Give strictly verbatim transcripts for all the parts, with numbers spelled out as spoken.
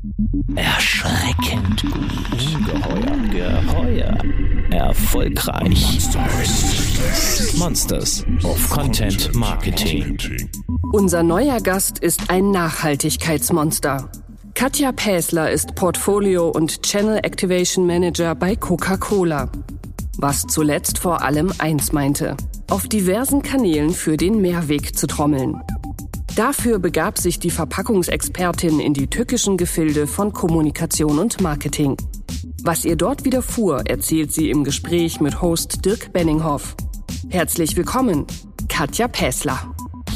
Erschreckend gut. Ungeheuer. Geheuer. Erfolgreich. Monsters of Content Marketing. Unser neuer Gast ist ein Nachhaltigkeitsmonster. Katja Päsler ist Portfolio- und Channel Activation Manager bei Coca-Cola. Was zuletzt vor allem eins meinte: auf diversen Kanälen für den Mehrweg zu trommeln. Dafür begab sich die Verpackungsexpertin in die tückischen Gefilde von Kommunikation und Marketing. Was ihr dort widerfuhr, erzählt sie im Gespräch mit Host Dirk Benninghoff. Herzlich willkommen, Katja Päsler.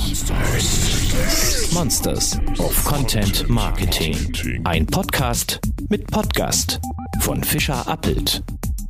Monsters of Content Marketing. Ein Podcast mit Podcast von Fischer Appelt.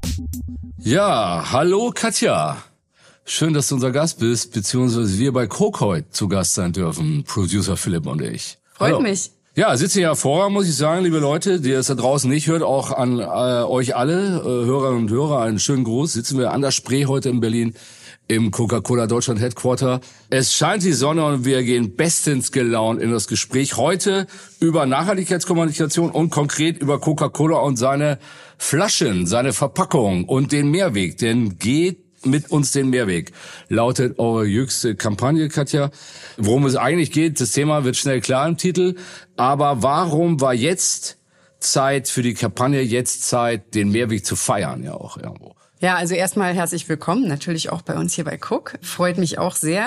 Ja, hallo Katja. Schön, dass du unser Gast bist, beziehungsweise wir bei Coke heute zu Gast sein dürfen, Producer Philipp und ich. Freut hallo. mich. Ja, sitzen ja hervorragend, muss ich sagen, liebe Leute, die es da draußen nicht hört, auch an äh, euch alle, äh, Hörerinnen und Hörer, einen schönen Gruß. Sitzen wir an der Spree heute in Berlin im Coca-Cola Deutschland Headquarter. Es scheint die Sonne und wir gehen bestens gelaunt in das Gespräch heute über Nachhaltigkeitskommunikation und konkret über Coca-Cola und seine Flaschen, seine Verpackung und den Mehrweg. Denn geht mit uns den Mehrweg, lautet eure jüngste Kampagne, Katja. Worum es eigentlich geht, das Thema wird schnell klar im Titel. Aber warum war jetzt Zeit für die Kampagne, jetzt Zeit, den Mehrweg zu feiern, ja auch irgendwo? Ja, also erstmal herzlich willkommen, natürlich auch bei uns hier bei Cook. Freut mich auch sehr.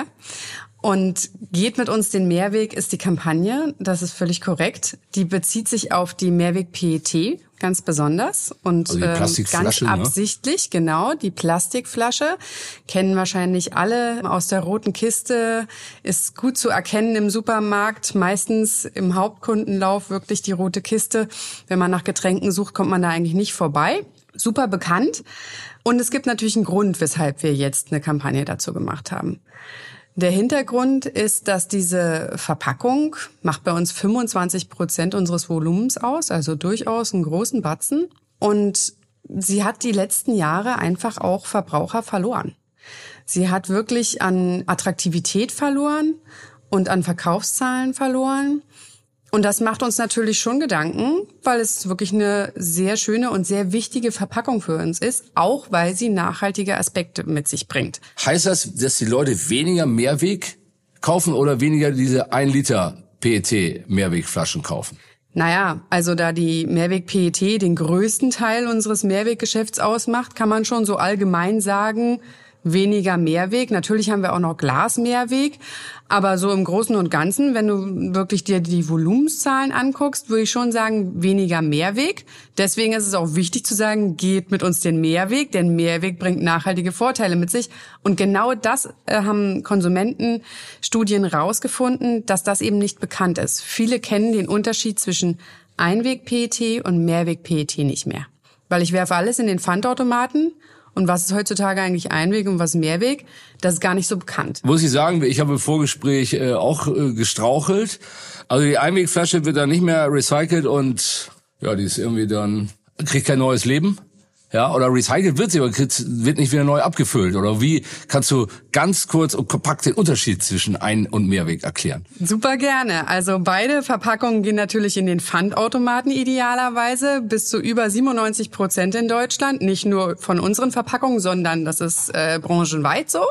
Und geht mit uns den Mehrweg ist die Kampagne, das ist völlig korrekt. Die bezieht sich auf die Mehrweg P E T ganz besonders und also die Plastikflasche, ganz absichtlich, ne? Genau, die Plastikflasche. Kennen wahrscheinlich alle aus der roten Kiste, ist gut zu erkennen im Supermarkt, meistens im Hauptkundenlauf wirklich die rote Kiste. Wenn man nach Getränken sucht, kommt man da eigentlich nicht vorbei. Super bekannt. Und es gibt natürlich einen Grund, weshalb wir jetzt eine Kampagne dazu gemacht haben. Der Hintergrund ist, dass diese Verpackung macht bei uns fünfundzwanzig Prozent unseres Volumens aus, also durchaus einen großen Batzen. Und sie hat die letzten Jahre einfach auch Verbraucher verloren. Sie hat wirklich an Attraktivität verloren und an Verkaufszahlen verloren. Und das macht uns natürlich schon Gedanken, weil es wirklich eine sehr schöne und sehr wichtige Verpackung für uns ist, auch weil sie nachhaltige Aspekte mit sich bringt. Heißt das, dass die Leute weniger Mehrweg kaufen oder weniger diese ein Liter P E T Mehrwegflaschen kaufen? Naja, also da die Mehrweg P E T den größten Teil unseres Mehrweggeschäfts ausmacht, kann man schon so allgemein sagen, weniger Mehrweg. Natürlich haben wir auch noch Glas-Mehrweg, aber so im Großen und Ganzen, wenn du wirklich dir die Volumenszahlen anguckst, würde ich schon sagen, weniger Mehrweg. Deswegen ist es auch wichtig zu sagen, geht mit uns den Mehrweg, denn Mehrweg bringt nachhaltige Vorteile mit sich. Und genau das äh, haben Konsumentenstudien rausgefunden, dass das eben nicht bekannt ist. Viele kennen den Unterschied zwischen Einweg-P E T und Mehrweg-P E T nicht mehr. Weil ich werfe alles in den Pfandautomaten. Und was ist heutzutage eigentlich Einweg und was Mehrweg? Das ist gar nicht so bekannt. Muss ich sagen, ich habe im Vorgespräch äh, auch äh, gestrauchelt. Also die Einwegflasche wird dann nicht mehr recycelt und ja, die ist irgendwie dann, kriegt kein neues Leben. Ja, oder recycelt wird sie, aber kriegt, wird nicht wieder neu abgefüllt. Oder wie kannst du ganz kurz und kompakt den Unterschied zwischen Ein- und Mehrweg erklären? Super gerne. Also beide Verpackungen gehen natürlich in den Pfandautomaten idealerweise, bis zu über siebenundneunzig Prozent in Deutschland. Nicht nur von unseren Verpackungen, sondern das ist äh, branchenweit so.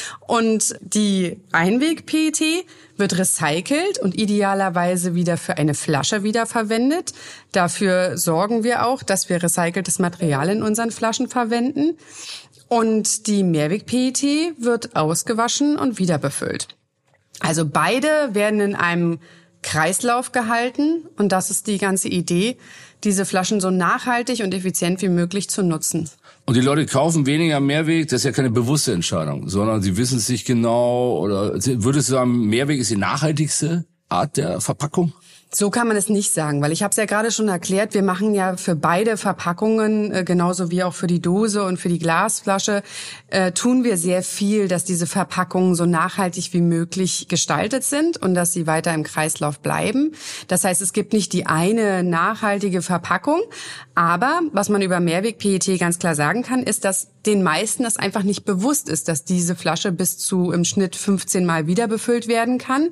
Und die Einweg-P E T wird recycelt und idealerweise wieder für eine Flasche wiederverwendet. Dafür sorgen wir auch, dass wir recyceltes Material in unseren Flaschen verwenden. Und die Mehrweg-P E T wird ausgewaschen und wieder befüllt. Also beide werden in einem Kreislauf gehalten und das ist die ganze Idee, diese Flaschen so nachhaltig und effizient wie möglich zu nutzen. Und die Leute kaufen weniger Mehrweg, das ist ja keine bewusste Entscheidung, sondern sie wissen es nicht genau. Oder würdest du sagen, Mehrweg ist die nachhaltigste Art der Verpackung? So kann man es nicht sagen, weil ich habe es ja gerade schon erklärt, wir machen ja für beide Verpackungen, äh, genauso wie auch für die Dose und für die Glasflasche, äh, tun wir sehr viel, dass diese Verpackungen so nachhaltig wie möglich gestaltet sind und dass sie weiter im Kreislauf bleiben. Das heißt, es gibt nicht die eine nachhaltige Verpackung, aber was man über Mehrweg-P E T ganz klar sagen kann, ist, dass den meisten das einfach nicht bewusst ist, dass diese Flasche bis zu im Schnitt fünfzehn Mal wieder befüllt werden kann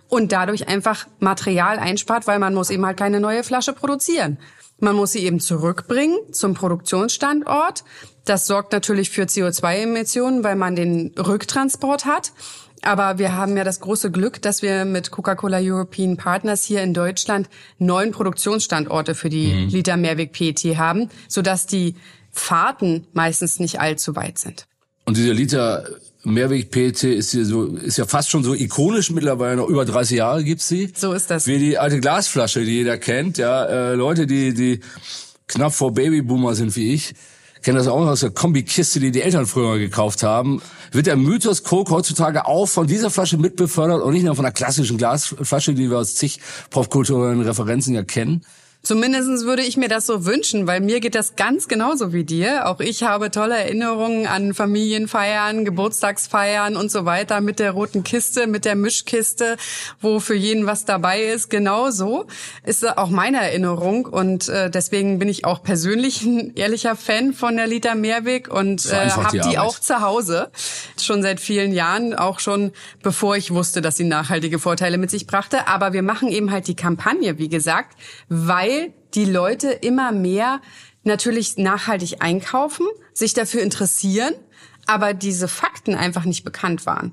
und dadurch einfach Material einspart, weil man muss eben halt keine neue Flasche produzieren. Man muss sie eben zurückbringen zum Produktionsstandort. Das sorgt natürlich für C O zwei Emissionen, weil man den Rücktransport hat. Aber wir haben ja das große Glück, dass wir mit Coca-Cola European Partners hier in Deutschland neun Produktionsstandorte für die mhm. Liter Mehrweg P E T haben, sodass die Fahrten meistens nicht allzu weit sind. Und dieser Liter Mehrweg P E T ist hier so, ist ja fast schon so ikonisch mittlerweile, noch über dreißig Jahre gibt's sie. So ist das. Wie die alte Glasflasche, die jeder kennt, ja, äh, Leute, die, die knapp vor Babyboomer sind wie ich, kennen das auch aus der Kombikiste, die die Eltern früher gekauft haben. Wird der Mythos Coke heutzutage auch von dieser Flasche mitbefördert und nicht nur von der klassischen Glasflasche, die wir aus zig popkulturellen Referenzen ja kennen? Zumindest würde ich mir das so wünschen, weil mir geht das ganz genauso wie dir. Auch ich habe tolle Erinnerungen an Familienfeiern, Geburtstagsfeiern und so weiter mit der roten Kiste, mit der Mischkiste, wo für jeden was dabei ist. Genauso ist auch meine Erinnerung und äh, deswegen bin ich auch persönlich ein ehrlicher Fan von der Liter Mehrweg und äh, habe die, die auch zu Hause schon seit vielen Jahren, auch schon bevor ich wusste, dass sie nachhaltige Vorteile mit sich brachte. Aber wir machen eben halt die Kampagne, wie gesagt, weil die Leute immer mehr natürlich nachhaltig einkaufen, sich dafür interessieren, aber diese Fakten einfach nicht bekannt waren.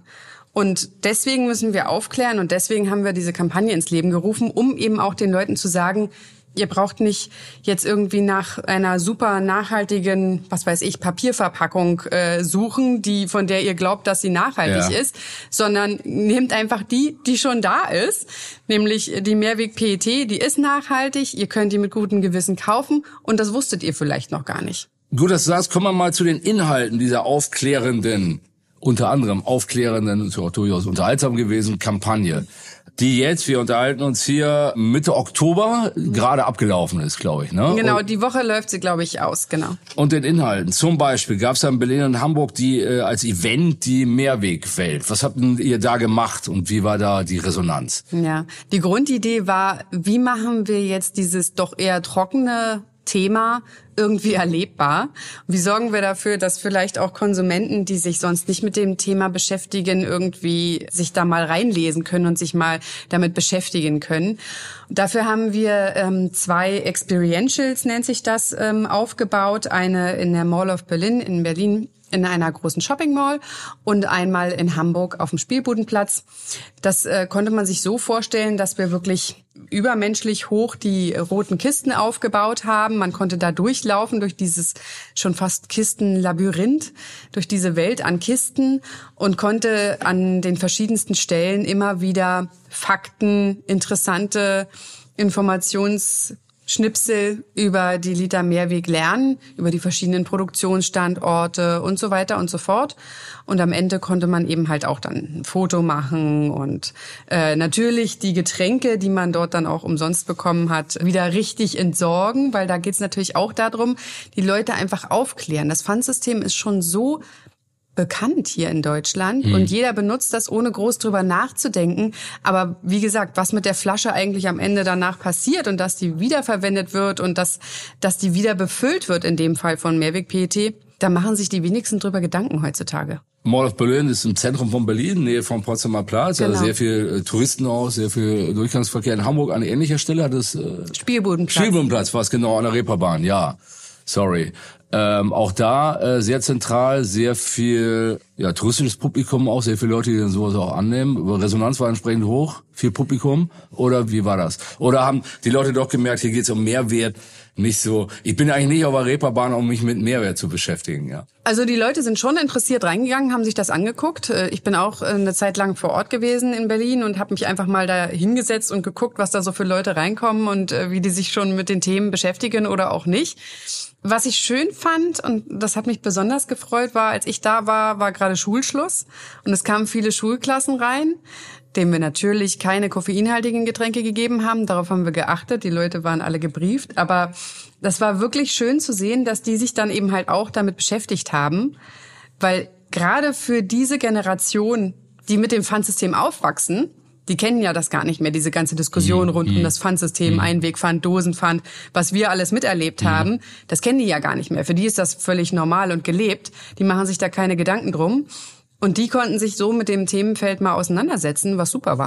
Und deswegen müssen wir aufklären und deswegen haben wir diese Kampagne ins Leben gerufen, um eben auch den Leuten zu sagen, ihr braucht nicht jetzt irgendwie nach einer super nachhaltigen, was weiß ich, Papierverpackung äh, suchen, die von der ihr glaubt, dass sie nachhaltig ja. ist, sondern nehmt einfach die, die schon da ist, nämlich die Mehrweg P E T, die ist nachhaltig, ihr könnt die mit gutem Gewissen kaufen und das wusstet ihr vielleicht noch gar nicht. Gut, dass du sagst, kommen wir mal zu den Inhalten dieser aufklärenden, unter anderem aufklärenden, ist ja auch durchaus unterhaltsam gewesen, Kampagne, die jetzt, wir unterhalten uns hier Mitte Oktober, gerade abgelaufen ist, glaube ich. Ne? Genau, und, die Woche läuft sie, glaube ich, aus, genau. Und den Inhalten, zum Beispiel gab es ja in Berlin und Hamburg die äh, als Event die Mehrwegwelt. Was habt ihr da gemacht und wie war da die Resonanz? Ja, die Grundidee war, wie machen wir jetzt dieses doch eher trockene Thema irgendwie erlebbar? Wie sorgen wir dafür, dass vielleicht auch Konsumenten, die sich sonst nicht mit dem Thema beschäftigen, irgendwie sich da mal reinlesen können und sich mal damit beschäftigen können? Dafür haben wir ähm, zwei Experientials, nennt sich das, ähm, aufgebaut. Eine in der Mall of Berlin in Berlin, in einer großen Shopping Mall und einmal in Hamburg auf dem Spielbudenplatz. Das äh, konnte man sich so vorstellen, dass wir wirklich übermenschlich hoch die roten Kisten aufgebaut haben. Man konnte da durchlaufen durch dieses schon fast Kistenlabyrinth, durch diese Welt an Kisten und konnte an den verschiedensten Stellen immer wieder Fakten, interessante Informations Schnipsel über die Liter Mehrweg lernen, über die verschiedenen Produktionsstandorte und so weiter und so fort. Und am Ende konnte man eben halt auch dann ein Foto machen und äh, natürlich die Getränke, die man dort dann auch umsonst bekommen hat, wieder richtig entsorgen, weil da geht's natürlich auch darum, die Leute einfach aufklären. Das Pfandsystem ist schon so bekannt hier in Deutschland mhm. und jeder benutzt das, ohne groß drüber nachzudenken. Aber wie gesagt, was mit der Flasche eigentlich am Ende danach passiert und dass die wiederverwendet wird und dass, dass die wieder befüllt wird, in dem Fall von Mehrweg P E T, da machen sich die wenigsten drüber Gedanken heutzutage. Mall of Berlin ist im Zentrum von Berlin, Nähe vom Potsdamer Platz. Genau. Also sehr viel äh, Touristen auch, sehr viel Durchgangsverkehr. In Hamburg an ähnlicher Stelle hat es... Äh, Spielbudenplatz. Spielbudenplatz war es, genau, an der Reeperbahn, ja. Sorry. Ähm, auch da äh, sehr zentral, sehr viel ja touristisches Publikum auch, sehr viele Leute, die dann sowas auch annehmen. Resonanz war entsprechend hoch, viel Publikum. Oder wie war das? Oder haben die Leute doch gemerkt, hier geht's um Mehrwert, nicht so... Ich bin eigentlich nicht auf der Reeperbahn, um mich mit Mehrwert zu beschäftigen, ja. Also die Leute sind schon interessiert reingegangen, haben sich das angeguckt. Ich bin auch eine Zeit lang vor Ort gewesen in Berlin und habe mich einfach mal da hingesetzt und geguckt, was da so für Leute reinkommen und wie die sich schon mit den Themen beschäftigen oder auch nicht. Was ich schön fand, und das hat mich besonders gefreut, war, als ich da war, war gerade Schulschluss und es kamen viele Schulklassen rein, denen wir natürlich keine koffeinhaltigen Getränke gegeben haben. Darauf haben wir geachtet. Die Leute waren alle gebrieft. Aber das war wirklich schön zu sehen, dass die sich dann eben halt auch damit beschäftigt haben. Weil gerade für diese Generation, die mit dem Pfandsystem aufwachsen, die kennen ja das gar nicht mehr, diese ganze Diskussion rund um das Pfandsystem, Einwegpfand, Dosenpfand, was wir alles miterlebt haben. Das kennen die ja gar nicht mehr. Für die ist das völlig normal und gelebt. Die machen sich da keine Gedanken drum. Und die konnten sich so mit dem Themenfeld mal auseinandersetzen, was super war.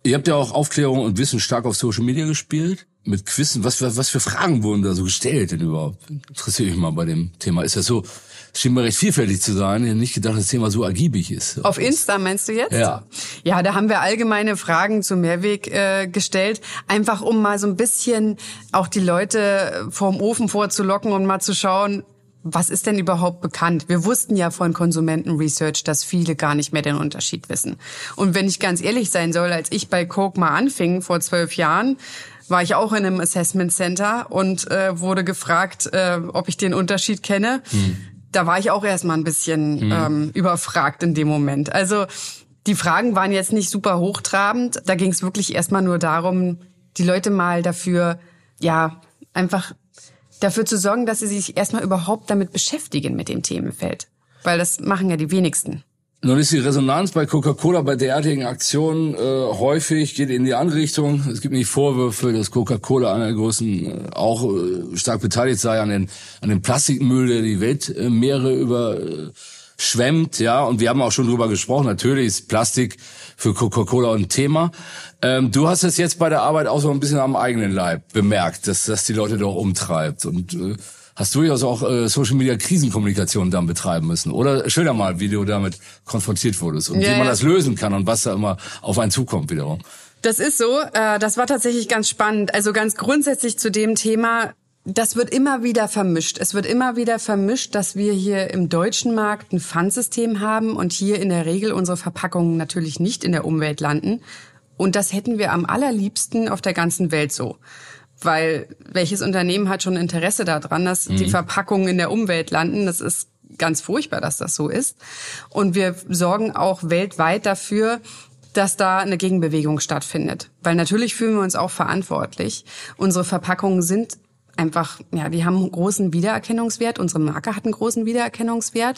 Ihr habt ja auch Aufklärung und Wissen stark auf Social Media gespielt. Mit Quizzen, was, was für Fragen wurden da so gestellt denn überhaupt? Interessiert mich mal bei dem Thema. Ist das so, schien mir recht vielfältig zu sein. Ich hätte nicht gedacht, dass das Thema so ergiebig ist. Auf Insta meinst du jetzt? Ja. Ja, da haben wir allgemeine Fragen zu Mehrweg äh, gestellt. Einfach um mal so ein bisschen auch die Leute vorm Ofen vorzulocken und mal zu schauen, was ist denn überhaupt bekannt? Wir wussten ja von Konsumentenresearch, dass viele gar nicht mehr den Unterschied wissen. Und wenn ich ganz ehrlich sein soll, als ich bei Coke mal anfing, vor zwölf Jahren, war ich auch in einem Assessment Center und äh, wurde gefragt, äh, ob ich den Unterschied kenne. Hm. Da war ich auch erstmal ein bisschen hm. ähm, überfragt in dem Moment. Also die Fragen waren jetzt nicht super hochtrabend. Da ging es wirklich erstmal nur darum, die Leute mal dafür, ja, einfach dafür zu sorgen, dass sie sich erstmal überhaupt damit beschäftigen mit dem Themenfeld. Weil das machen ja die wenigsten. Nun ist die Resonanz bei Coca-Cola bei derartigen Aktionen äh, häufig, geht in die andere Richtung. Es gibt nicht Vorwürfe, dass Coca-Cola einer der größten äh, auch äh, stark beteiligt sei an den an den Plastikmüll, der die Weltmeere überschwemmt. Äh, ja, und wir haben auch schon drüber gesprochen. Natürlich ist Plastik für Coca-Cola ein Thema. Ähm, du hast es jetzt bei der Arbeit auch so ein bisschen am eigenen Leib bemerkt, dass das die Leute doch umtreibt. Und äh, hast du durchaus auch äh, Social-Media-Krisenkommunikation dann betreiben müssen. Oder schilder mal, wie du damit konfrontiert wurdest und ja, wie man ja. das lösen kann und was da immer auf einen zukommt wiederum. Das ist so. Äh, das war tatsächlich ganz spannend. Also ganz grundsätzlich zu dem Thema, das wird immer wieder vermischt. Es wird immer wieder vermischt, dass wir hier im deutschen Markt ein Pfandsystem haben und hier in der Regel unsere Verpackungen natürlich nicht in der Umwelt landen. Und das hätten wir am allerliebsten auf der ganzen Welt so. Weil welches Unternehmen hat schon Interesse daran, dass mhm. die Verpackungen in der Umwelt landen? Das ist ganz furchtbar, dass das so ist. Und wir sorgen auch weltweit dafür, dass da eine Gegenbewegung stattfindet. Weil natürlich fühlen wir uns auch verantwortlich. Unsere Verpackungen sind einfach, ja, die haben einen großen Wiedererkennungswert. Unsere Marke hat einen großen Wiedererkennungswert.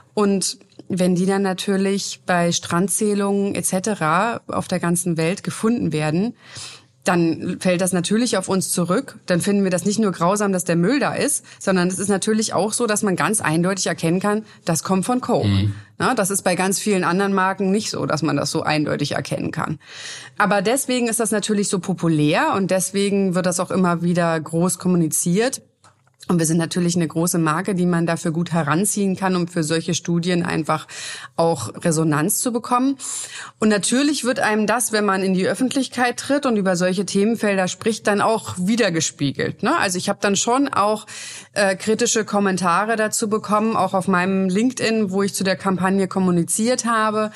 Und wenn die dann natürlich bei Strandzählungen et cetera auf der ganzen Welt gefunden werden, dann fällt das natürlich auf uns zurück. Dann finden wir das nicht nur grausam, dass der Müll da ist, sondern es ist natürlich auch so, dass man ganz eindeutig erkennen kann, das kommt von Coke. Mhm. Na, das ist bei ganz vielen anderen Marken nicht so, dass man das so eindeutig erkennen kann. Aber deswegen ist das natürlich so populär und deswegen wird das auch immer wieder groß kommuniziert. Und wir sind natürlich eine große Marke, die man dafür gut heranziehen kann, um für solche Studien einfach auch Resonanz zu bekommen. Und natürlich wird einem das, wenn man in die Öffentlichkeit tritt und über solche Themenfelder spricht, dann auch wiedergespiegelt. Ne? Also ich habe dann schon auch äh, kritische Kommentare dazu bekommen, auch auf meinem LinkedIn, wo ich zu der Kampagne kommuniziert habe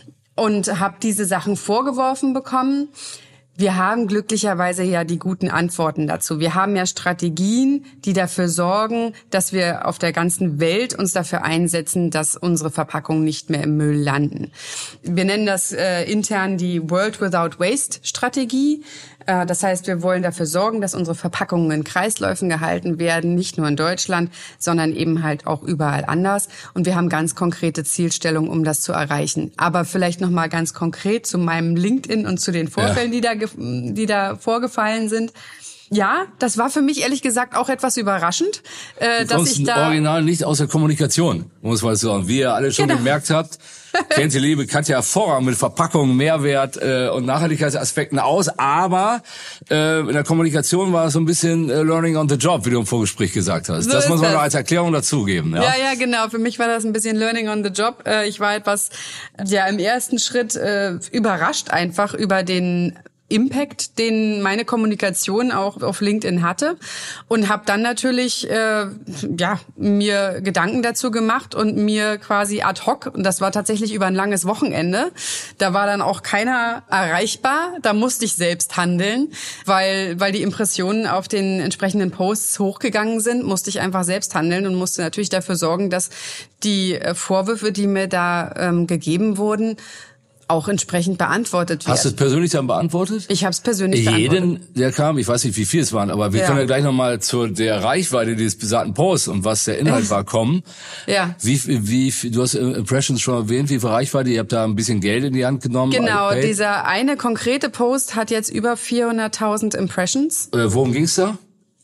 und habe diese Sachen vorgeworfen bekommen. Wir haben glücklicherweise ja die guten Antworten dazu. Wir haben ja Strategien, die dafür sorgen, dass wir auf der ganzen Welt uns dafür einsetzen, dass unsere Verpackungen nicht mehr im Müll landen. Wir nennen das äh, intern die World Without Waste Strategie. Äh, das heißt, wir wollen dafür sorgen, dass unsere Verpackungen in Kreisläufen gehalten werden, nicht nur in Deutschland, sondern eben halt auch überall anders. Und wir haben ganz konkrete Zielstellungen, um das zu erreichen. Aber vielleicht noch mal ganz konkret zu meinem LinkedIn und zu den Vorfällen, ja. die da die da vorgefallen sind. Ja, das war für mich ehrlich gesagt auch etwas überraschend, äh, dass ich da original nicht aus der Kommunikation, muss man sagen. Wie ihr alle schon genau. gemerkt habt, kennt die liebe Katja hervorragend mit Verpackungen, Mehrwert äh, und Nachhaltigkeitsaspekten aus. Aber äh, in der Kommunikation war es so ein bisschen äh, Learning on the Job, wie du im Vorgespräch gesagt hast. So das muss man das. noch als Erklärung dazugeben. Ja? ja, ja, genau. Für mich war das ein bisschen Learning on the Job. Äh, ich war etwas, ja, im ersten Schritt äh, überrascht einfach über den Impact, den meine Kommunikation auch auf LinkedIn hatte und habe dann natürlich äh, ja mir Gedanken dazu gemacht und mir quasi ad hoc, und das war tatsächlich über ein langes Wochenende, da war dann auch keiner erreichbar, da musste ich selbst handeln, weil weil die Impressionen auf den entsprechenden Posts hochgegangen sind, musste ich einfach selbst handeln und musste natürlich dafür sorgen, dass die Vorwürfe, die mir da ähm, gegeben wurden, auch entsprechend beantwortet werden. Hast du es persönlich dann beantwortet? Ich habe es persönlich Jeden, beantwortet. Jeden, der kam, ich weiß nicht, wie viel es waren, aber wir ja. können ja gleich nochmal zu der Reichweite dieses besagten Posts und was der Inhalt war kommen. Ja. Wie, wie, du hast Impressions schon erwähnt, wie viel Reichweite, ihr habt da ein bisschen Geld in die Hand genommen. Genau, dieser eine konkrete Post hat jetzt über vierhunderttausend Impressions. Äh, worum ging's da?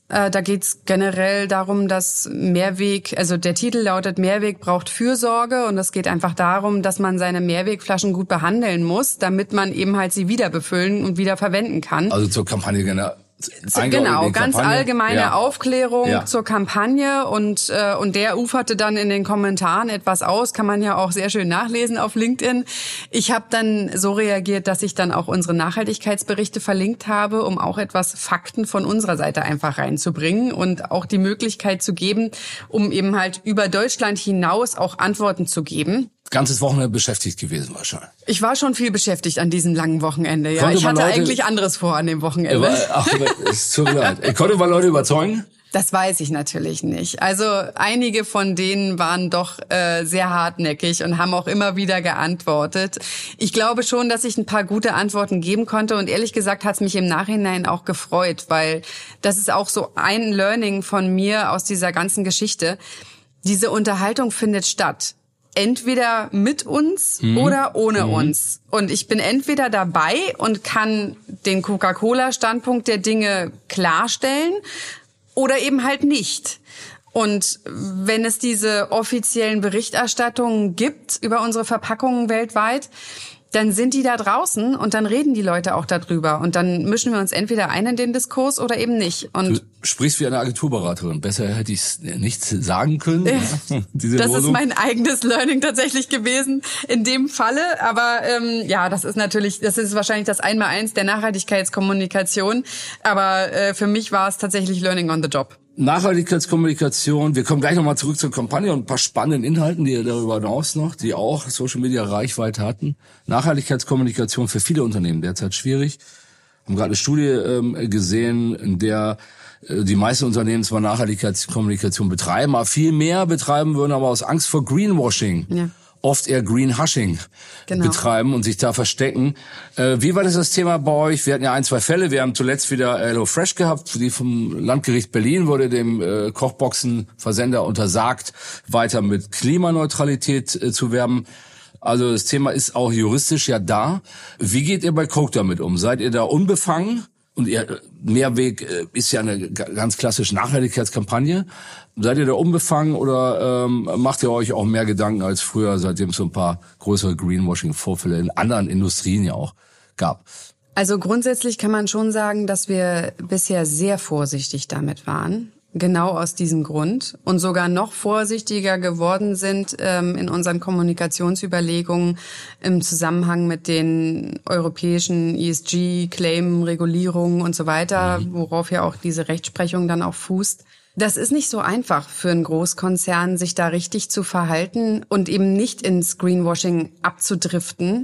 Äh, da geht's generell darum, dass Mehrweg, also der Titel lautet Mehrweg braucht Fürsorge und es geht einfach darum, dass man seine Mehrwegflaschen gut behandeln muss, damit man eben halt sie wieder befüllen und wieder verwenden kann. Also zur Kampagne generell. Genau, ganz Kampagne. allgemeine ja. Aufklärung ja. zur Kampagne und äh, und der uferte dann in den Kommentaren etwas aus, kann man ja auch sehr schön nachlesen auf LinkedIn. Ich habe dann so reagiert, dass ich dann auch unsere Nachhaltigkeitsberichte verlinkt habe, um auch etwas Fakten von unserer Seite einfach reinzubringen und auch die Möglichkeit zu geben, um eben halt über Deutschland hinaus auch Antworten zu geben. Ganzes Wochenende beschäftigt gewesen wahrscheinlich. Ich war schon viel beschäftigt an diesem langen Wochenende. Ja, Konnte ich hatte Leute, eigentlich anderes vor an dem Wochenende. Ach, es tut mir leid. Konnte man Leute überzeugen? Das weiß ich natürlich nicht. Also einige von denen waren doch äh, sehr hartnäckig und haben auch immer wieder geantwortet. Ich glaube schon, dass ich ein paar gute Antworten geben konnte und ehrlich gesagt hat es mich im Nachhinein auch gefreut, weil das ist auch so ein Learning von mir aus dieser ganzen Geschichte. Diese Unterhaltung findet statt. Entweder mit uns mhm. oder ohne mhm. uns. Und ich bin entweder dabei und kann den Coca-Cola-Standpunkt der Dinge klarstellen oder eben halt nicht. Und wenn es diese offiziellen Berichterstattungen gibt über unsere Verpackungen weltweit, dann sind die da draußen und dann reden die Leute auch darüber. Und dann mischen wir uns entweder ein in den Diskurs oder eben nicht. Und du sprichst wie eine Agenturberaterin. Besser hätte ich es nicht sagen können. Diese das Losung. Ist mein eigenes Learning tatsächlich gewesen in dem Falle. Aber ähm, ja, das ist natürlich, das ist wahrscheinlich das Einmaleins der Nachhaltigkeitskommunikation. Aber äh, für mich war es tatsächlich Learning on the Job. Nachhaltigkeitskommunikation. Wir kommen gleich nochmal zurück zur Kampagne und ein paar spannenden Inhalten, die darüber hinaus noch, die auch Social Media Reichweite hatten. Nachhaltigkeitskommunikation für viele Unternehmen derzeit schwierig. Wir haben gerade eine Studie ähm, gesehen, in der äh, die meisten Unternehmen zwar Nachhaltigkeitskommunikation betreiben, aber viel mehr betreiben würden, aber aus Angst vor Greenwashing. Ja. Oft eher Greenhushing genau. betreiben und sich da verstecken. Äh, wie war das das Thema bei euch? Wir hatten ja ein, zwei Fälle. Wir haben zuletzt wieder HelloFresh gehabt. Die vom Landgericht Berlin wurde dem äh, Kochboxenversender untersagt, weiter mit Klimaneutralität äh, zu werben. Also das Thema ist auch juristisch ja da. Wie geht ihr bei Coke damit um? Seid ihr da unbefangen? Und ihr Mehrweg äh, ist ja eine g- ganz klassische Nachhaltigkeitskampagne. Seid ihr da unbefangen oder ähm, macht ihr euch auch mehr Gedanken als früher, seitdem es so ein paar größere Greenwashing-Vorfälle in anderen Industrien ja auch gab? Also grundsätzlich kann man schon sagen, dass wir bisher sehr vorsichtig damit waren. Genau aus diesem Grund und sogar noch vorsichtiger geworden sind ähm, in unseren Kommunikationsüberlegungen im Zusammenhang mit den europäischen E S G-Claim, Regulierungen und so weiter, mhm. worauf ja auch diese Rechtsprechung dann auch fußt. Das ist nicht so einfach für einen Großkonzern, sich da richtig zu verhalten und eben nicht ins Greenwashing abzudriften.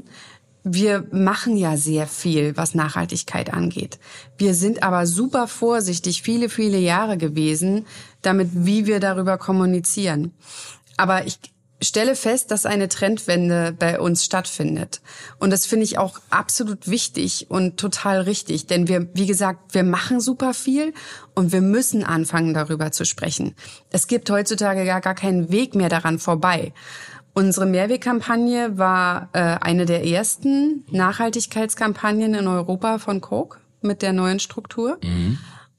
Wir machen ja sehr viel, was Nachhaltigkeit angeht. Wir sind aber super vorsichtig viele, viele Jahre gewesen, damit, wie wir darüber kommunizieren. Aber ich stelle fest, dass eine Trendwende bei uns stattfindet. Und das finde ich auch absolut wichtig und total richtig. Denn wir, wie gesagt, wir machen super viel und wir müssen anfangen, darüber zu sprechen. Es gibt heutzutage gar, gar keinen Weg mehr daran vorbei. Unsere Mehrwegkampagne war äh, eine der ersten Nachhaltigkeitskampagnen in Europa von Coke mit der neuen Struktur. Mhm.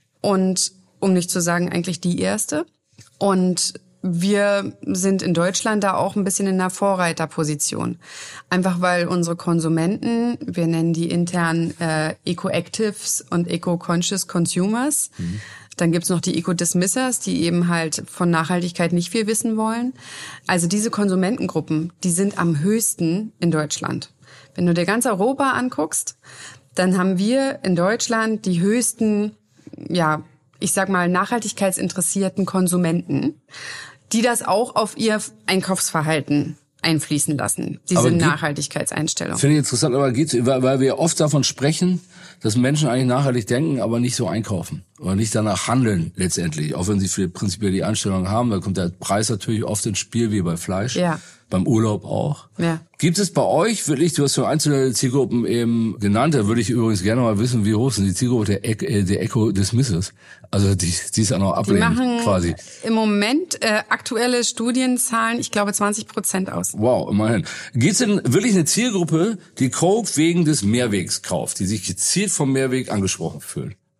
Und um nicht zu sagen, eigentlich die erste. Und wir sind in Deutschland da auch ein bisschen in einer Vorreiterposition. Einfach weil unsere Konsumenten, wir nennen die intern äh, Eco-Actives und Eco-Conscious Consumers, mhm. Dann gibt's noch die Eco-Dismissers, die eben halt von Nachhaltigkeit nicht viel wissen wollen. Also diese Konsumentengruppen, die sind am höchsten in Deutschland. Wenn du dir ganz Europa anguckst, dann haben wir in Deutschland die höchsten, ja, ich sag mal, nachhaltigkeitsinteressierten Konsumenten, die das auch auf ihr Einkaufsverhalten einfließen lassen, diese geht, Nachhaltigkeitseinstellung. Finde ich interessant, aber geht's, weil, weil wir oft davon sprechen, dass Menschen eigentlich nachhaltig denken, aber nicht so einkaufen oder nicht danach handeln letztendlich. Auch wenn sie für prinzipiell die Einstellung haben, da kommt der Preis natürlich oft ins Spiel, wie bei Fleisch, ja. Beim Urlaub auch. Ja. Gibt es bei euch wirklich, du hast so einzelne Zielgruppen eben genannt, da würde ich übrigens gerne mal wissen, wie hoch sind die Zielgruppe der, e- der Eco-Dismissers? Also die, die ist auch noch ablehnen quasi. Im Moment äh, aktuelle Studienzahlen, ich glaube zwanzig Prozent aus. Wow, immerhin. Gibt es denn wirklich eine Zielgruppe, die Coke wegen des Mehrwegs kauft, die sich gezielt vom Mehrweg angesprochen fühlt?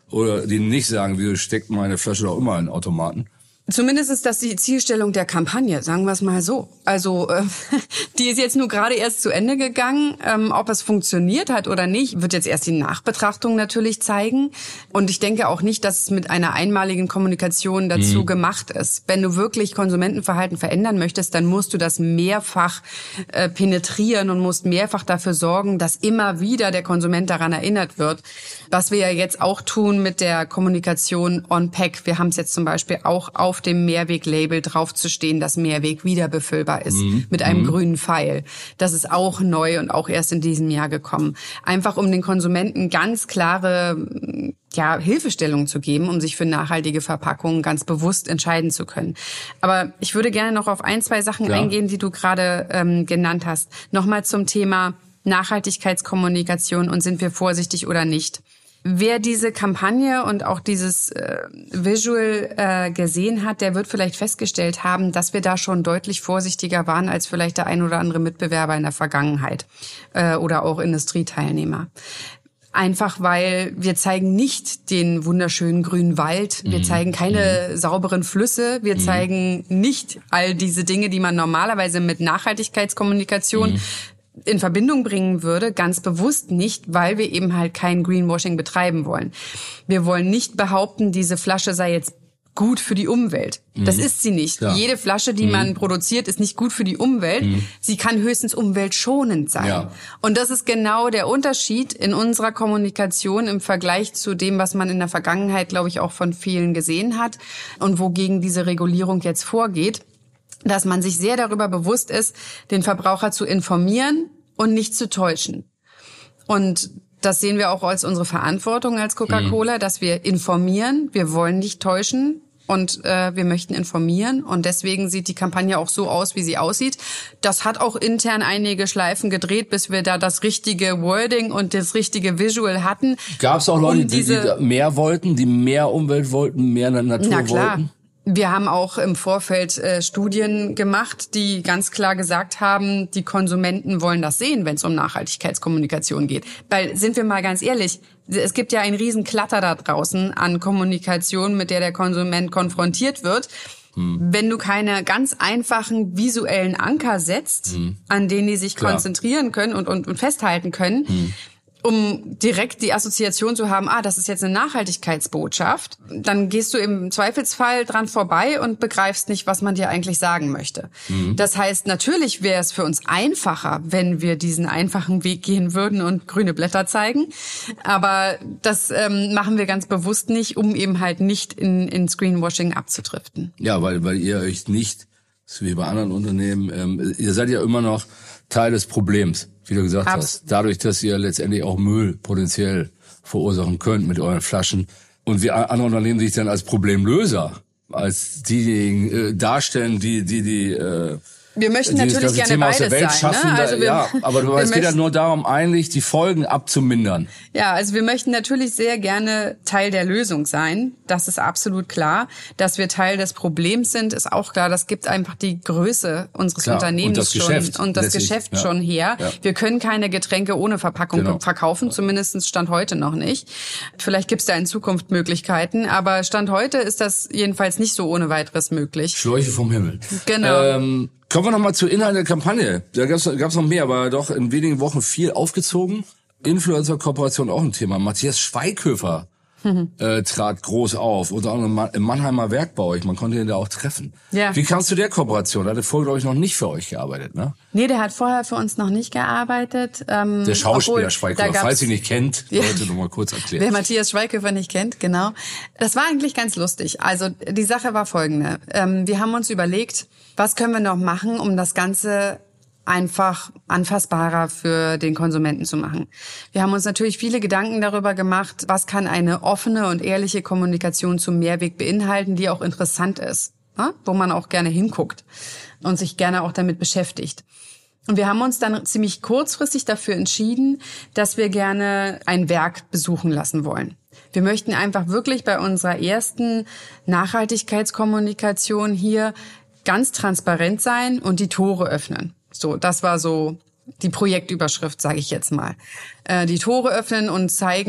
oder die nicht sagen, wieso steckt meine Flasche doch immer in den Automaten. Zumindest ist das die Zielstellung der Kampagne, sagen wir es mal so. Also äh, die ist jetzt nur gerade erst zu Ende gegangen. Ähm, ob es funktioniert hat oder nicht, wird jetzt erst die Nachbetrachtung natürlich zeigen. Und ich denke auch nicht, dass es mit einer einmaligen Kommunikation dazu mhm. gemacht ist. Wenn du wirklich Konsumentenverhalten verändern möchtest, dann musst du das mehrfach äh, penetrieren und musst mehrfach dafür sorgen, dass immer wieder der Konsument daran erinnert wird. Was wir ja jetzt auch tun mit der Kommunikation on-Pack. Wir haben es jetzt zum Beispiel auch auf dem Mehrweg-Label draufzustehen, dass Mehrweg wiederbefüllbar ist, mhm. mit einem mhm. grünen Pfeil. Das ist auch neu und auch erst in diesem Jahr gekommen. Einfach um den Konsumenten ganz klare ja, Hilfestellung zu geben, um sich für nachhaltige Verpackungen ganz bewusst entscheiden zu können. Aber ich würde gerne noch auf ein, zwei Sachen ja. eingehen, die du gerade ähm, genannt hast. Nochmal zum Thema Nachhaltigkeitskommunikation und sind wir vorsichtig oder nicht. Wer diese Kampagne und auch dieses äh, Visual äh, gesehen hat, der wird vielleicht festgestellt haben, dass wir da schon deutlich vorsichtiger waren als vielleicht der ein oder andere Mitbewerber in der Vergangenheit äh, oder auch Industrieteilnehmer. Einfach weil wir zeigen nicht den wunderschönen grünen Wald, wir zeigen keine mhm. sauberen Flüsse, wir mhm. zeigen nicht all diese Dinge, die man normalerweise mit Nachhaltigkeitskommunikation mhm. in Verbindung bringen würde, ganz bewusst nicht, weil wir eben halt kein Greenwashing betreiben wollen. Wir wollen nicht behaupten, diese Flasche sei jetzt gut für die Umwelt. Mhm. Das ist sie nicht. Ja. Jede Flasche, die mhm. man produziert, ist nicht gut für die Umwelt. Mhm. Sie kann höchstens umweltschonend sein. Ja. Und das ist genau der Unterschied in unserer Kommunikation im Vergleich zu dem, was man in der Vergangenheit, glaube ich, auch von vielen gesehen hat und wogegen diese Regulierung jetzt vorgeht. Dass man sich sehr darüber bewusst ist, den Verbraucher zu informieren und nicht zu täuschen. Und das sehen wir auch als unsere Verantwortung als Coca-Cola, mhm. dass wir informieren, wir wollen nicht täuschen und äh, wir möchten informieren. Und deswegen sieht die Kampagne auch so aus, wie sie aussieht. Das hat auch intern einige Schleifen gedreht, bis wir da das richtige Wording und das richtige Visual hatten. Gab es auch Leute, die, die mehr wollten, die mehr Umwelt wollten, mehr Natur Na klar. wollten? Wir haben auch im Vorfeld äh, Studien gemacht, die ganz klar gesagt haben, die Konsumenten wollen das sehen, wenn es um Nachhaltigkeitskommunikation geht. Weil, sind wir mal ganz ehrlich, es gibt ja einen riesen Klatter da draußen an Kommunikation, mit der der Konsument konfrontiert wird. Hm. Wenn du keine ganz einfachen visuellen Anker setzt, hm. an denen die sich klar. konzentrieren können und, und, und festhalten können, hm. um direkt die Assoziation zu haben, ah, das ist jetzt eine Nachhaltigkeitsbotschaft, dann gehst du im Zweifelsfall dran vorbei und begreifst nicht, was man dir eigentlich sagen möchte. Mhm. Das heißt, natürlich wäre es für uns einfacher, wenn wir diesen einfachen Weg gehen würden und grüne Blätter zeigen, aber das ähm, machen wir ganz bewusst nicht, um eben halt nicht in, in Screenwashing abzudriften. Ja, weil, weil ihr euch nicht, so wie bei anderen Unternehmen, ähm, ihr seid ja immer noch Teil des Problems. Wie du gesagt Abs- hast, dadurch, dass ihr letztendlich auch Müll potenziell verursachen könnt mit euren Flaschen und wir andere Unternehmen sich dann als Problemlöser, als diejenigen äh, darstellen, die die die äh, wir möchten natürlich gerne Thema beides aus der Welt sein, schaffen, ne? Also da, wir, ja, aber du, es geht ja nur darum, eigentlich die Folgen abzumindern. Ja, also wir möchten natürlich sehr gerne Teil der Lösung sein. Das ist absolut klar. Dass wir Teil des Problems sind, ist auch klar. Das gibt einfach die Größe unseres klar. Unternehmens und das schon Geschäft und das Geschäft ja. schon her. Ja. Wir können keine Getränke ohne Verpackung genau. verkaufen, zumindest Stand heute noch nicht. Vielleicht gibt es da in Zukunft Möglichkeiten, aber Stand heute ist das jedenfalls nicht so ohne weiteres möglich. Schläuche vom Himmel. Genau. Ähm, Kommen wir nochmal zu Inhalt der Kampagne. Da gab's gab's noch mehr, aber doch in wenigen Wochen viel aufgezogen. Influencer-Kooperation auch ein Thema. Matthias Schweighöfer mhm. äh, trat groß auf, unter anderem im Mannheimer Werk bei euch. Man konnte ihn da auch treffen. Ja. Wie kamst du der Kooperation? Der hatte vorher, glaube ich, noch nicht für euch gearbeitet, ne? Nee, der hat vorher für uns noch nicht gearbeitet. Ähm, der Schauspieler Schweighöfer, falls ihr nicht kennt, ja. Leute noch mal kurz erklären. Wer Matthias Schweighöfer nicht kennt, genau. Das war eigentlich ganz lustig. Also die Sache war folgende. Ähm, wir haben uns überlegt, was können wir noch machen, um das Ganze einfach anfassbarer für den Konsumenten zu machen. Wir haben uns natürlich viele Gedanken darüber gemacht, was kann eine offene und ehrliche Kommunikation zum Mehrweg beinhalten, die auch interessant ist, ne? Wo man auch gerne hinguckt und sich gerne auch damit beschäftigt. Und wir haben uns dann ziemlich kurzfristig dafür entschieden, dass wir gerne ein Werk besuchen lassen wollen. Wir möchten einfach wirklich bei unserer ersten Nachhaltigkeitskommunikation hier ganz transparent sein und die Tore öffnen. So, das war so die Projektüberschrift, sage ich jetzt mal. Äh, die Tore öffnen und zeigen,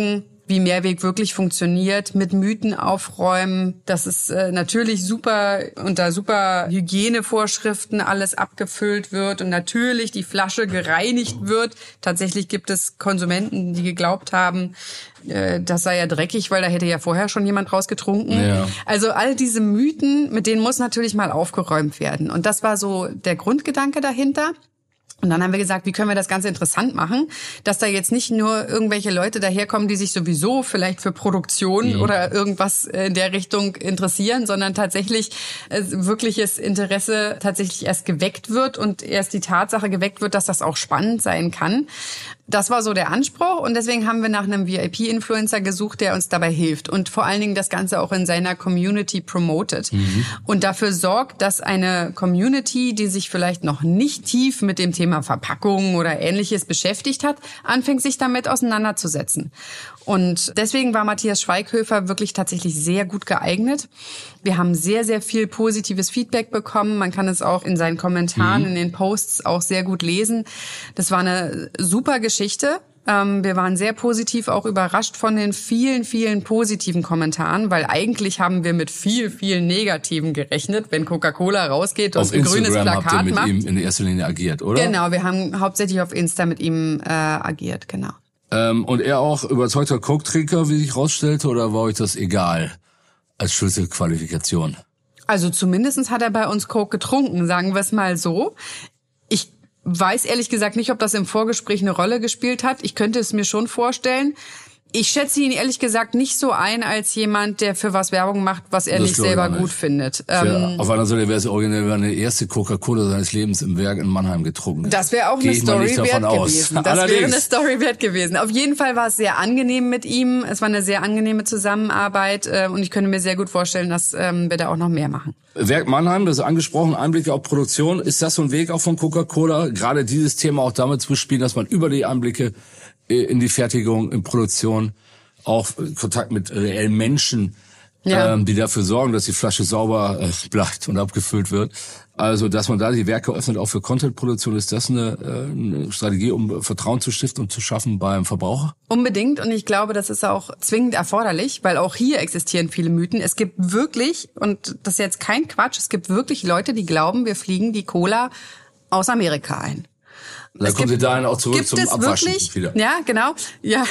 wie Mehrweg wirklich funktioniert, mit Mythen aufräumen. Das ist äh, natürlich super, unter super Hygienevorschriften alles abgefüllt wird und natürlich die Flasche gereinigt wird. Tatsächlich gibt es Konsumenten, die geglaubt haben, äh, das sei ja dreckig, weil da hätte ja vorher schon jemand draus getrunken. Ja. Also all diese Mythen, mit denen muss natürlich mal aufgeräumt werden. Und das war so der Grundgedanke dahinter. Und dann haben wir gesagt, wie können wir das Ganze interessant machen, dass da jetzt nicht nur irgendwelche Leute daherkommen, die sich sowieso vielleicht für Produktion mhm. oder irgendwas in der Richtung interessieren, sondern tatsächlich äh, wirkliches Interesse tatsächlich erst geweckt wird und erst die Tatsache geweckt wird, dass das auch spannend sein kann. Das war so der Anspruch und deswegen haben wir nach einem V I P-Influencer gesucht, der uns dabei hilft und vor allen Dingen das Ganze auch in seiner Community promotet mhm. und dafür sorgt, dass eine Community, die sich vielleicht noch nicht tief mit dem Thema Verpackung oder Ähnliches beschäftigt hat, anfängt sich damit auseinanderzusetzen. Und deswegen war Matthias Schweighöfer wirklich tatsächlich sehr gut geeignet. Wir haben sehr, sehr viel positives Feedback bekommen. Man kann es auch in seinen Kommentaren, mhm. in den Posts auch sehr gut lesen. Das war eine super Geschichte. Wir waren sehr positiv auch überrascht von den vielen, vielen positiven Kommentaren, weil eigentlich haben wir mit viel, viel Negativen gerechnet, wenn Coca-Cola rausgeht und auf ein grünes Instagram Plakat habt ihr mit macht. ihm in erster Linie agiert, oder? Genau, wir haben hauptsächlich auf Insta mit ihm äh, agiert, genau. Ähm, und er auch überzeugter Coke-Trinker, wie sich rausstellte, oder war euch das egal als Schlüsselqualifikation? Also zumindestens hat er bei uns Coke getrunken, sagen wir es mal so. Ich weiß ehrlich gesagt nicht, ob das im Vorgespräch eine Rolle gespielt hat. Ich könnte es mir schon vorstellen. Ich schätze ihn ehrlich gesagt nicht so ein als jemand, der für was Werbung macht, was er das nicht selber nicht. gut findet. Ja, ähm, auf einer Seite wäre es originell, wenn er die erste Coca-Cola seines Lebens im Werk in Mannheim getrunken hätte. Das wäre auch Geh eine Story wert aus. gewesen. Das wäre eine Story wert gewesen. Auf jeden Fall war es sehr angenehm mit ihm. Es war eine sehr angenehme Zusammenarbeit äh, und ich könnte mir sehr gut vorstellen, dass ähm, wir da auch noch mehr machen. Werk Mannheim, das ist angesprochen, Einblicke auf Produktion. Ist das so ein Weg auch von Coca-Cola, gerade dieses Thema auch damit zu bespielen, dass man über die Einblicke in die Fertigung, in Produktion, auch Kontakt mit reellen Menschen, ja. ähm, die dafür sorgen, dass die Flasche sauber äh, bleibt und abgefüllt wird. Also, dass man da die Werke öffnet, auch für Content-Produktion, ist das eine, äh, eine Strategie, um Vertrauen zu stiften und zu schaffen beim Verbraucher? Unbedingt. Und ich glaube, das ist auch zwingend erforderlich, weil auch hier existieren viele Mythen. Es gibt wirklich, und das ist jetzt kein Quatsch, es gibt wirklich Leute, die glauben, wir fliegen die Cola aus Amerika ein. Dann kommt sie dahin auch zurück zum Abwaschen wirklich? wieder. Ja, genau. Ja,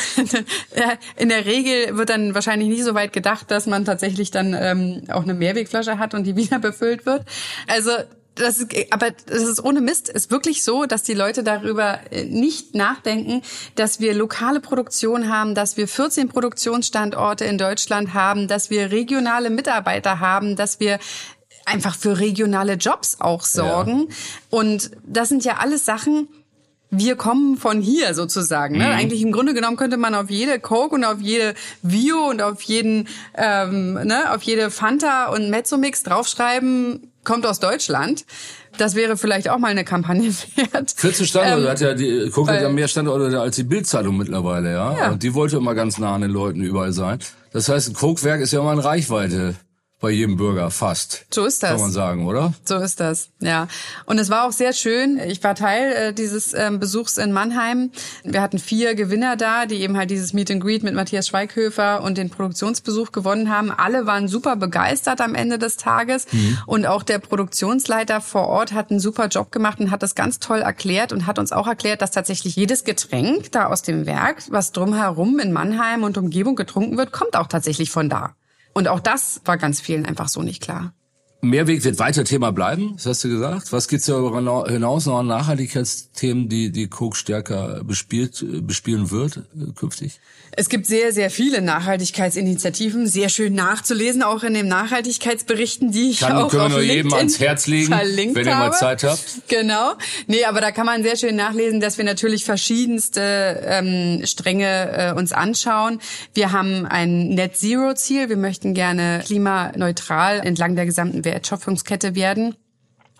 in der Regel wird dann wahrscheinlich nicht so weit gedacht, dass man tatsächlich dann ähm, auch eine Mehrwegflasche hat und die wieder befüllt wird. Also das ist, aber das ist ohne Mist, ist wirklich so, dass die Leute darüber nicht nachdenken, dass wir lokale Produktion haben, dass wir vierzehn Produktionsstandorte in Deutschland haben, dass wir regionale Mitarbeiter haben, dass wir einfach für regionale Jobs auch sorgen. Ja. Und das sind ja alles Sachen, wir kommen von hier sozusagen. Ne? Mhm. Eigentlich im Grunde genommen könnte man auf jede Coke und auf jede Vio und auf jeden, ähm, ne, auf jede Fanta und Mezzomix draufschreiben, kommt aus Deutschland. Das wäre vielleicht auch mal eine Kampagne wert. vierzehn Standorte, ähm, hat ja die Coke hat ja mehr Standorte als die Bild-Zeitung mittlerweile, ja? ja. Und die wollte immer ganz nah an den Leuten überall sein. Das heißt, ein Coke-Werk ist ja immer in Reichweite. Bei jedem Bürger fast. So ist das. Kann man sagen, oder? So ist das, ja. Und es war auch sehr schön. Ich war Teil äh, dieses ähm, Besuchs in Mannheim. Wir hatten vier Gewinner da, die eben halt dieses Meet and Greet mit Matthias Schweighöfer und den Produktionsbesuch gewonnen haben. Alle waren super begeistert am Ende des Tages. Mhm. Und auch der Produktionsleiter vor Ort hat einen super Job gemacht und hat das ganz toll erklärt und hat uns auch erklärt, dass tatsächlich jedes Getränk da aus dem Werk, was drumherum in Mannheim und Umgebung getrunken wird, kommt auch tatsächlich von da. Und auch das war ganz vielen einfach so nicht klar. Mehrweg wird weiter Thema bleiben, das hast du gesagt. Was gibt's darüber hinaus noch an Nachhaltigkeitsthemen, die die Coke stärker bespielt, bespielen wird äh, künftig? Es gibt sehr, sehr viele Nachhaltigkeitsinitiativen, sehr schön nachzulesen, auch in den Nachhaltigkeitsberichten, die ich kann, auch können auf wir nur LinkedIn jedem ans Herz legen, verlinkt wenn ihr habe. mal Zeit habt. Genau. Nee, aber da kann man sehr schön nachlesen, dass wir natürlich verschiedenste ähm, Stränge äh, uns anschauen. Wir haben ein Net-Zero-Ziel. Wir möchten gerne klimaneutral entlang der gesamten Wertschöpfungskette werden.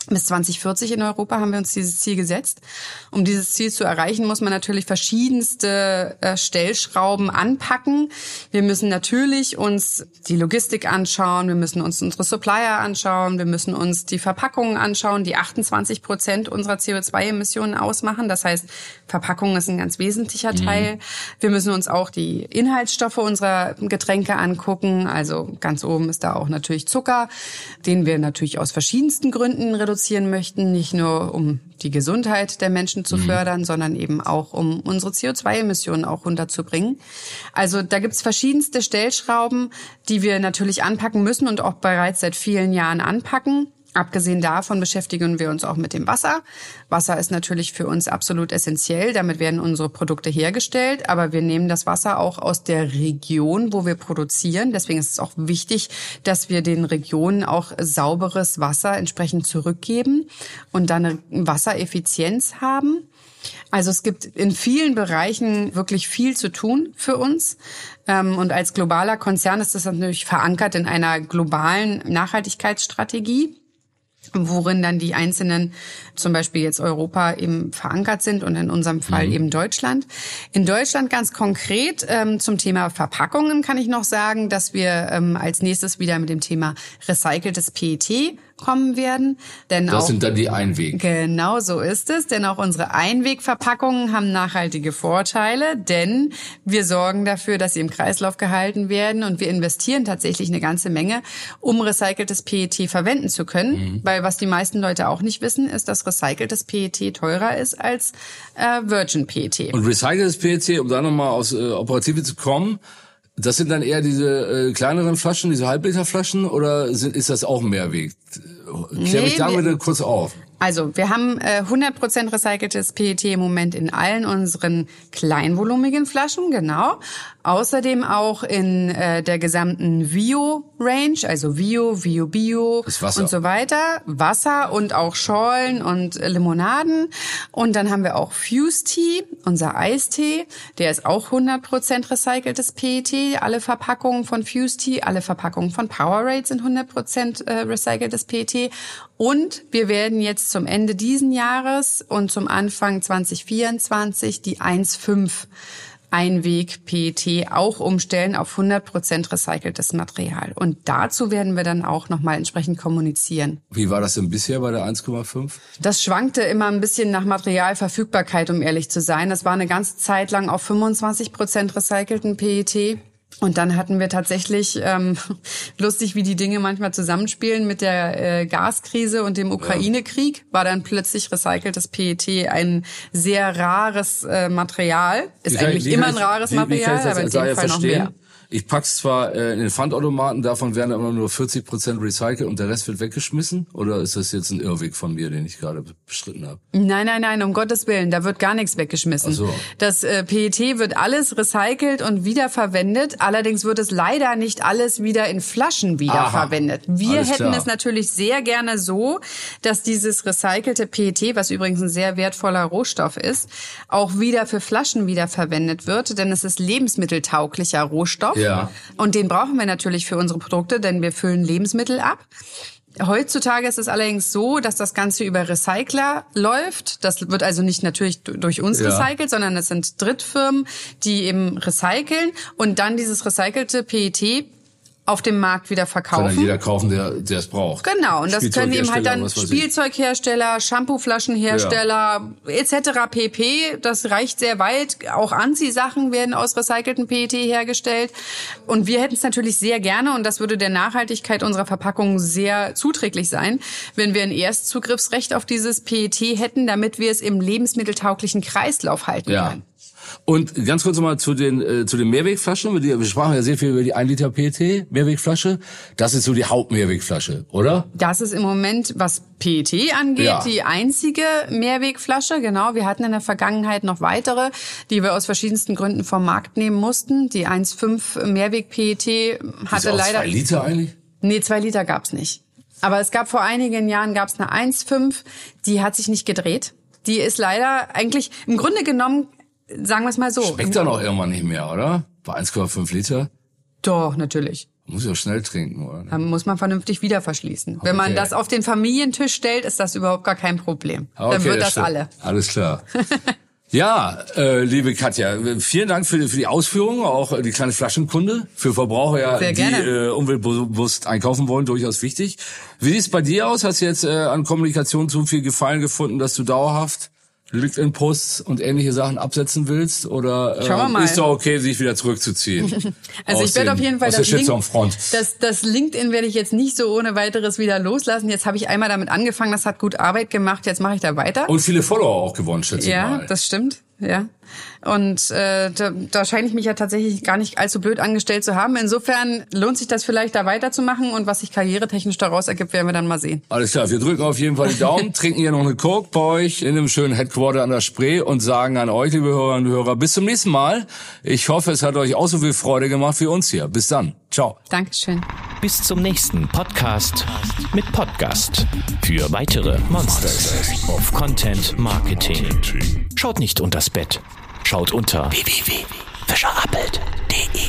Bis zwanzig vierzig in Europa haben wir uns dieses Ziel gesetzt. Um dieses Ziel zu erreichen, muss man natürlich verschiedenste äh, Stellschrauben anpacken. Wir müssen natürlich uns die Logistik anschauen, wir müssen uns unsere Supplier anschauen, wir müssen uns die Verpackungen anschauen, die achtundzwanzig Prozent unserer C O zwei Emissionen ausmachen. Das heißt, Verpackung ist ein ganz wesentlicher Teil. Mhm. Wir müssen uns auch die Inhaltsstoffe unserer Getränke angucken. Also ganz oben ist da auch natürlich Zucker, den wir natürlich aus verschiedensten Gründen reduzieren möchten, nicht nur um die Gesundheit der Menschen zu mhm. fördern, sondern eben auch um unsere C O zwei Emissionen auch runterzubringen. Also da gibt's verschiedenste Stellschrauben, die wir natürlich anpacken müssen und auch bereits seit vielen Jahren anpacken. Abgesehen davon beschäftigen wir uns auch mit dem Wasser. Wasser ist natürlich für uns absolut essentiell. Damit werden unsere Produkte hergestellt. Aber wir nehmen das Wasser auch aus der Region, wo wir produzieren. Deswegen ist es auch wichtig, dass wir den Regionen auch sauberes Wasser entsprechend zurückgeben und dann eine Wassereffizienz haben. Also es gibt in vielen Bereichen wirklich viel zu tun für uns. Und als globaler Konzern ist das natürlich verankert in einer globalen Nachhaltigkeitsstrategie, worin dann die einzelnen, zum Beispiel jetzt Europa, eben verankert sind und in unserem Fall mhm. eben Deutschland. In Deutschland ganz konkret ähm, zum Thema Verpackungen kann ich noch sagen, dass wir ähm, als nächstes wieder mit dem Thema recyceltes P E T kommen werden. Denn das auch, sind dann die Einweg. Genau so ist es, denn auch unsere Einwegverpackungen haben nachhaltige Vorteile, denn wir sorgen dafür, dass sie im Kreislauf gehalten werden und wir investieren tatsächlich eine ganze Menge, um recyceltes P E T verwenden zu können, mhm. weil was die meisten Leute auch nicht wissen, ist, dass recyceltes P E T teurer ist als äh, Virgin P E T. Und recyceltes P E T, um da nochmal aus äh, Operative zu kommen, das sind dann eher diese äh, kleineren Flaschen, diese Halbliterflaschen, oder sind, ist das auch ein Mehrweg? Klär mich nee, da bitte kurz auf. Also wir haben äh, hundert Prozent recyceltes P E T im Moment in allen unseren kleinvolumigen Flaschen, genau. Außerdem auch in äh, der gesamten Vio-Range, also Vio, Vio Bio und so weiter. Wasser und auch Schorlen und äh, Limonaden. Und dann haben wir auch Fuse Tea, unser Eistee. Der ist auch hundert Prozent recyceltes P E T. Alle Verpackungen von Fuse Tea, alle Verpackungen von Powerade sind hundert Prozent äh, recyceltes P E T. Und wir werden jetzt zum Ende diesen Jahres und zum Anfang zwanzig vierundzwanzig die eins Komma fünf Einweg-P E T auch umstellen auf hundert Prozent recyceltes Material. Und dazu werden wir dann auch nochmal entsprechend kommunizieren. Wie war das denn bisher bei der eins Komma fünf? Das schwankte immer ein bisschen nach Materialverfügbarkeit, um ehrlich zu sein. Das war eine ganze Zeit lang auf fünfundzwanzig Prozent recycelten P E T. Und dann hatten wir tatsächlich, ähm, lustig wie die Dinge manchmal zusammenspielen, mit der äh, Gaskrise und dem Ukraine-Krieg, war dann plötzlich recyceltes P E T ein sehr rares äh, Material. Ist kann, eigentlich immer ein ich, rares wie, Material, wie aber in dem Fall noch mehr. Ich pack's zwar äh, in den Pfandautomaten, davon werden aber nur vierzig Prozent recycelt und der Rest wird weggeschmissen? Oder ist das jetzt ein Irrweg von mir, den ich gerade bestritten habe? Nein, nein, nein, um Gottes Willen, da wird gar nichts weggeschmissen. Ach so. Das äh, P E T wird alles recycelt und wiederverwendet. Allerdings wird es leider nicht alles wieder in Flaschen wiederverwendet. Aha, Wir hätten klar. es natürlich sehr gerne so, dass dieses recycelte P E T, was übrigens ein sehr wertvoller Rohstoff ist, auch wieder für Flaschen wiederverwendet wird, denn es ist lebensmitteltauglicher Rohstoff. Ja. Und den brauchen wir natürlich für unsere Produkte, denn wir füllen Lebensmittel ab. Heutzutage ist es allerdings so, dass das Ganze über Recycler läuft. Das wird also nicht natürlich durch uns ja. recycelt, sondern es sind Drittfirmen, die eben recyceln und dann dieses recycelte P E T auf dem Markt wieder verkaufen. Kann dann jeder kaufen, der der es braucht. Genau, und das können eben halt dann Spielzeughersteller, Shampooflaschenhersteller ja. et cetera pp. Das reicht sehr weit. Auch Anziehsachen werden aus recyceltem P E T hergestellt. Und wir hätten es natürlich sehr gerne, und das würde der Nachhaltigkeit unserer Verpackungen sehr zuträglich sein, wenn wir ein Erstzugriffsrecht auf dieses P E T hätten, damit wir es im lebensmitteltauglichen Kreislauf halten ja. können. Und ganz kurz nochmal zu den äh, zu den Mehrwegflaschen. Wir sprachen ja sehr viel über die ein Liter P E T Mehrwegflasche. Das ist so die Hauptmehrwegflasche, oder? Das ist im Moment, was P E T angeht, ja. die einzige Mehrwegflasche. Genau, wir hatten in der Vergangenheit noch weitere, die wir aus verschiedensten Gründen vom Markt nehmen mussten. Die eins Komma fünf Mehrweg-P E T hatte ist auch leider... zwei Liter eigentlich? Nee, zwei Liter gab's nicht. Aber es gab vor einigen Jahren gab's eine eins Komma fünf, die hat sich nicht gedreht. Die ist leider eigentlich, im Grunde genommen... Sagen wir es mal so. Schmeckt dann auch irgendwann nicht mehr, oder? Bei eins Komma fünf Liter? Doch, natürlich. Muss ja schnell trinken, oder? Dann muss man vernünftig wieder verschließen. Okay. Wenn man das auf den Familientisch stellt, ist das überhaupt gar kein Problem. Okay, dann wird das, das alle. Alles klar. Ja, äh, liebe Katja, vielen Dank für die, für die Ausführungen, auch die kleine Flaschenkunde. Für Verbraucher, ja, die äh, umweltbewusst einkaufen wollen, durchaus wichtig. Wie sieht's bei dir aus? Hast du jetzt äh, an Kommunikation so viel Gefallen gefunden, dass du dauerhaft LinkedIn-Posts und ähnliche Sachen absetzen willst? Oder äh, ist doch okay, sich wieder zurückzuziehen? Also ich werde auf jeden Fall das, Link, das, das LinkedIn werde ich jetzt nicht so ohne weiteres wieder loslassen. Jetzt habe ich einmal damit angefangen, das hat gut Arbeit gemacht, jetzt mache ich da weiter. Und viele Follower auch gewonnen, schätze ich mal. Ja, das stimmt. Ja. Und äh, da, da scheine ich mich ja tatsächlich gar nicht allzu blöd angestellt zu haben. Insofern lohnt sich das vielleicht, da weiterzumachen. Und was sich karrieretechnisch daraus ergibt, werden wir dann mal sehen. Alles klar, wir drücken auf jeden Fall die Daumen, trinken hier noch eine Coke bei euch in einem schönen Headquarter an der Spree und sagen an euch, liebe Hörerinnen und Hörer, bis zum nächsten Mal. Ich hoffe, es hat euch auch so viel Freude gemacht wie uns hier. Bis dann. Ciao. Dankeschön. Bis zum nächsten Podcast mit Podcast. Für weitere Monsters of Content Marketing. Schaut nicht unters Bett. Schaut unter w w w punkt fischerappelt punkt de.